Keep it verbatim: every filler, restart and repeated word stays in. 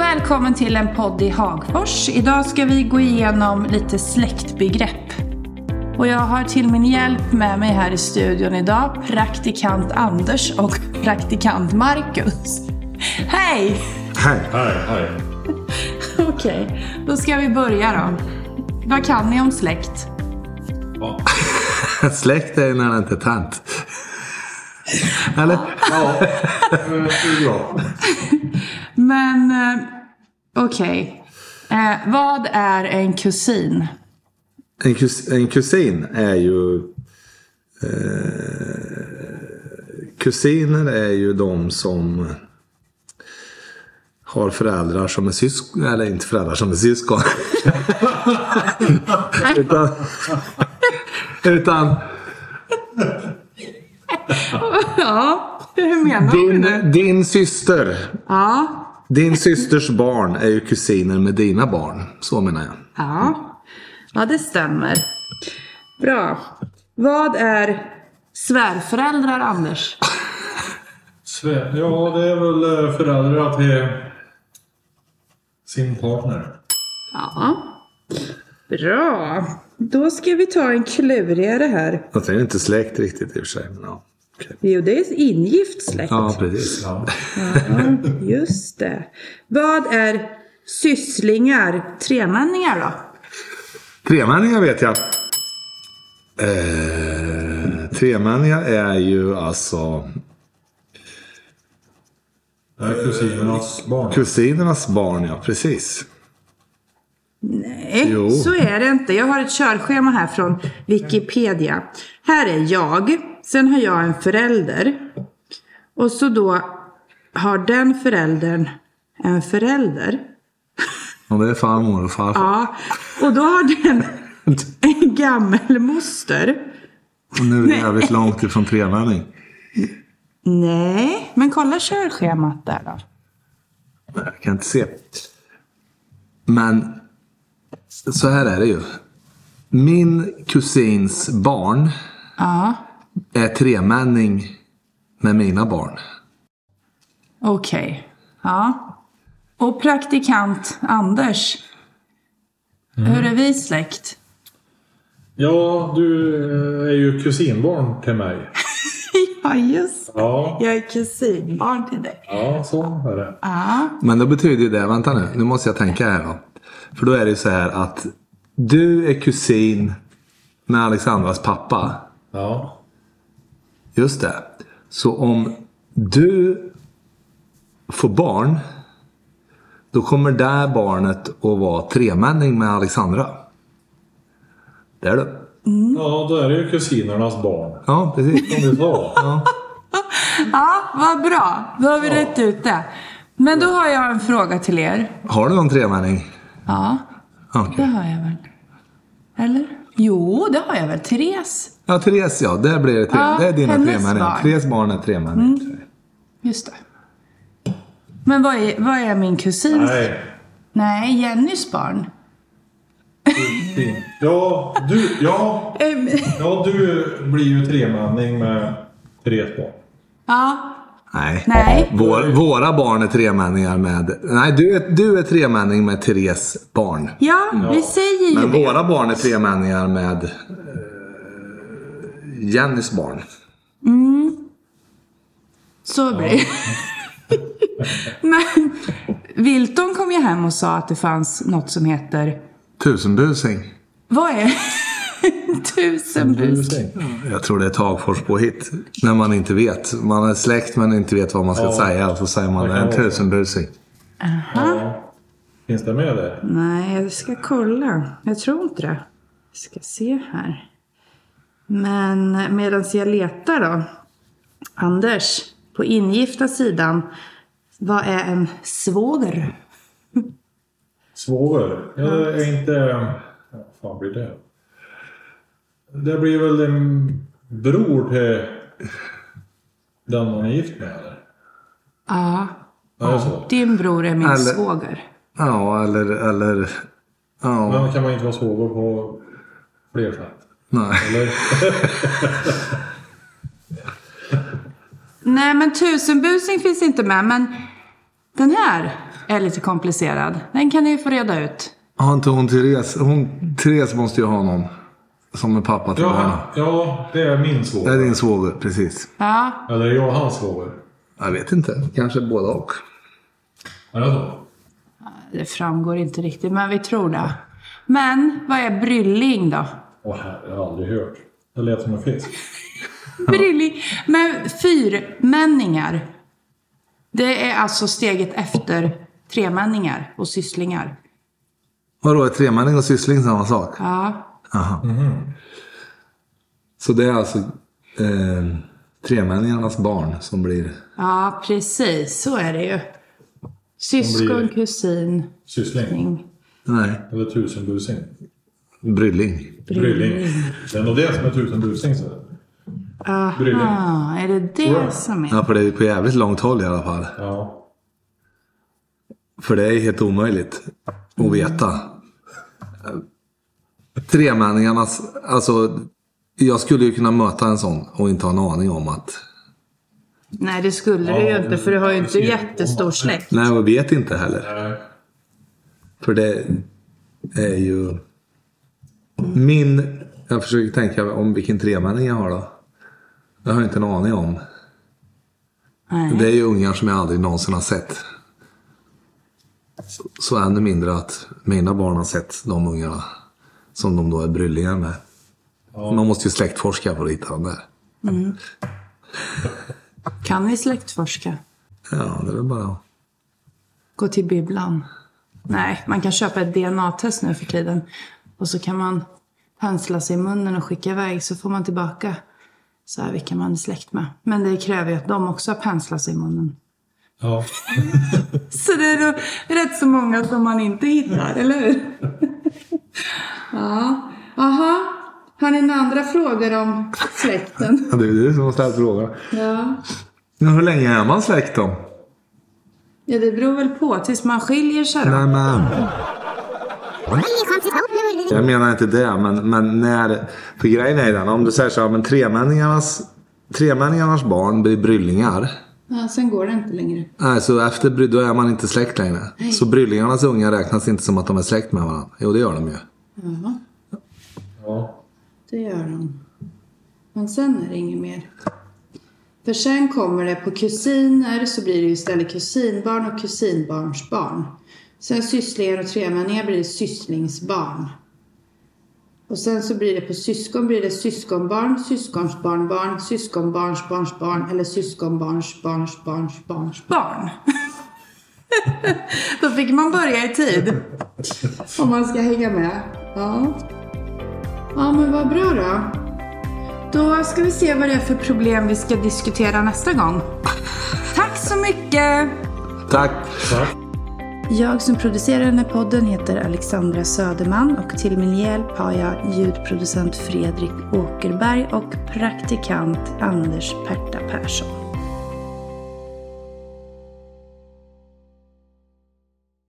välkommen till en podd i Hagfors. Idag ska vi gå igenom lite släktbegrepp. Och jag har till min hjälp med mig här i studion idag praktikant Anders och praktikant Marcus. Hej! Hej! Hej, hej. Okej, då ska vi börja då. Vad kan ni om släkt? Ja. Släkt är när det inte är tant. Eller? Ja, det är bra. Men, eh, okej. Eh, vad är en kusin? En, kus, en kusin är ju... Eh, kusiner är ju de som har föräldrar som är syskon. Eller inte föräldrar som är syskon. utan... utan Ja, hur menar du din, nu? din syster... Ja, Din systers barn är ju kusiner med dina barn. Så menar jag. ja. Ja, det stämmer. Bra. Vad är svärföräldrar, Anders? Sve- Ja, det är väl föräldrar till sin partner. Ja. Bra. Då ska vi ta en klurigare här. Jag tänker inte släkt riktigt i och för sig. Men ja. Okay. Jo, det är ingift släkt. Ja, precis. Ja. Ja, just det. Vad är sysslingar, tremänningar då? Tremänningar vet jag. Eh, tremänningar är ju alltså Det är kusinernas barn. kusinernas barn, ja, precis. Nej, Jo. så är det inte. Jag har ett körschema här från Wikipedia. Här är jag. Sen har jag en förälder. Och så då har den föräldern en förälder. Och det är farmor och farfar. Ja, och då har den en gammelmoster. Och nu är det jävligt långt ifrån tremänning. Nej, men kolla körschemat där då. Jag kan inte se. Men så här är det ju. Min kusins barn Ja, är tremänning med mina barn. okej. Ja. Och praktikant Anders. Mm. Hur är vi släkt? Ja, du är ju kusinbarn till mig. Ja, just det. Ja, Jag är kusinbarn till dig. ja, så är det. Ja. Men då betyder ju det, vänta nu, nu måste jag tänka här då. För då är det ju så här att du är kusin med Alexandras pappa. Ja, Just det. Så om du får barn, då kommer det här barnet att vara tremänning med Alexandra. Det är det. ja, då är det ju kusinernas barn. Ja, precis. Som du sa. Ja. Ja, vad bra. Då har vi rätt ut det. Men då har jag en fråga till er. Har du någon tremänning? Ja, Okej. det har jag väl. Eller? Jo, det har jag väl. Therese. Ja, Therese, ja. Där blir det tre. Ja, det är dina hennes tremänningar. barn. Therese barn är tremänning. Mm. Just det. Men vad är, vad är min kusins? Nej. Nej, Jennys barn. Fin. Ja, du, ja, Ehm, ja, du blir ju tremänning med Therese barn. Ja, Nej. nej. Vår, våra barn är tremänningar med... Nej, du är, du är tremänning med Therese barn. Ja, vi säger ju Men det. våra barn är tremänningar med eh, Jennys barn. Så blir det. Men Wilton kom ju hem och sa att det fanns något som heter... Tusenbusing. Vad är tusenbus? Busing. Jag tror det är Hagfors på hit. När man inte vet. Man är släkt men inte vet vad man ska Ja. säga. Och så säger man Det kan en vara. tusenbusing. Ja. Finns det med där? Nej, jag ska kolla. Jag tror inte det. Jag ska se här. Men medan jag letar då. Anders, på ingifta sidan. Vad är en svåger? Svåger? Ja, det är inte... Vad fan blir det? Det blir väl en bror till den man är gift med, eller? Ja, Är det så? din bror är min Eller- svåger. Ja, eller... eller ja, Men kan man inte vara svåger på fler sätt? nej. Eller? Nej, men tusenbusing finns inte med. Men den här. är lite komplicerad. Den kan ni ju få reda ut. Har inte hon Therese? Hon, Therese måste ju ha någon som är pappa till barnen. Ja, ja, det är min svåger. Det är din svåger, precis. Ja. Eller jag och hans svåger. Jag vet inte, kanske båda och. Ja, det är så. Det framgår inte riktigt, men vi tror det. Men vad är brylling då? Åh, här, jag har aldrig hört. Det lät som en fisk. Brylling. Men fyrmänningar. Det är alltså steget efter tremänningar och sysslingar. Vadå, är tremänning och syssling samma sak? Ja. Aha. Mm. Så det är alltså eh, tremänningarnas barn som blir... Ja, precis. Så är det ju. Syskon, blir... kusin. Syssling. Nej. Eller tusenbusing. Brylling. Brylling. Det är nog det som är tusenbusing. Så. Aha, Brylling. är det det Ja. som är? Ja, för det är på jävligt långt håll i alla fall. Ja. För det är helt omöjligt att veta. Tremänningarnas, alltså jag skulle ju kunna möta en sån och inte ha en aning om att... Nej, det skulle Ja, du ju inte, för du har ju det inte ser- jättestor släkt. Nej, jag vet inte heller. Nej. För det är ju... Min... Jag försöker tänka om vilken tremänning jag har då. Jag har inte en aning om. Nej. Det är ju ungar som jag aldrig någonsin har sett. Så, så ännu mindre att mina barn har sett de ungarna som de då är bryllingar med. Ja. Man måste ju släktforska för att hitta dem där. Kan ni släktforska? Ja, det är väl bara... Gå till bibblan. Nej, man kan köpa ett D N A-test nu för tiden. Och så kan man pensla sig i munnen och skicka iväg. Så får man tillbaka så här vilka man är släkt med. Men det kräver ju att de också har penslat sig i munnen. Ja. Så det är då rätt så många som man inte hittar, eller hur? Ja. Aha. Har ni några andra frågor om släkten? Ja, det är du som har ställt frågan. Ja. Men hur länge är man släkt då? Ja, det beror väl på tills man skiljer sig då. Nej, men... Jag menar inte det, men, men när... För grejen är den, om du säger så här, men tremänningarnas, tremänningarnas barn blir bryllingar. Ja, sen går det inte längre. Nej, så efter bry- då är man inte släkt längre. Nej. Så bryllingarnas unga räknas inte som att de är släkt med varandra. Jo, det gör de ju. Ja, Ja. det gör de. Men sen är det inget mer. För sen kommer det på kusiner, så blir det ju istället kusinbarn och kusinbarnsbarn. Sen sysslingar och tremänningar blir det sysslingsbarn. Och sen så blir det på syskon blir det syskonbarn, syskonsbarnbarn, syskonbarnsbarnsbarn eller syskonbarnsbarnsbarnsbarnsbarn. Då fick man börja i tid. Om man ska hänga med. Ja. Ja, men vad bra då. Då ska vi se vad det är för problem vi ska diskutera nästa gång. Tack så mycket! Tack! Tack. Jag som producerar den här podden heter Alexandra Söderman och till min hjälp har jag ljudproducent Fredrik Åkerberg och praktikant Anders Perta Persson.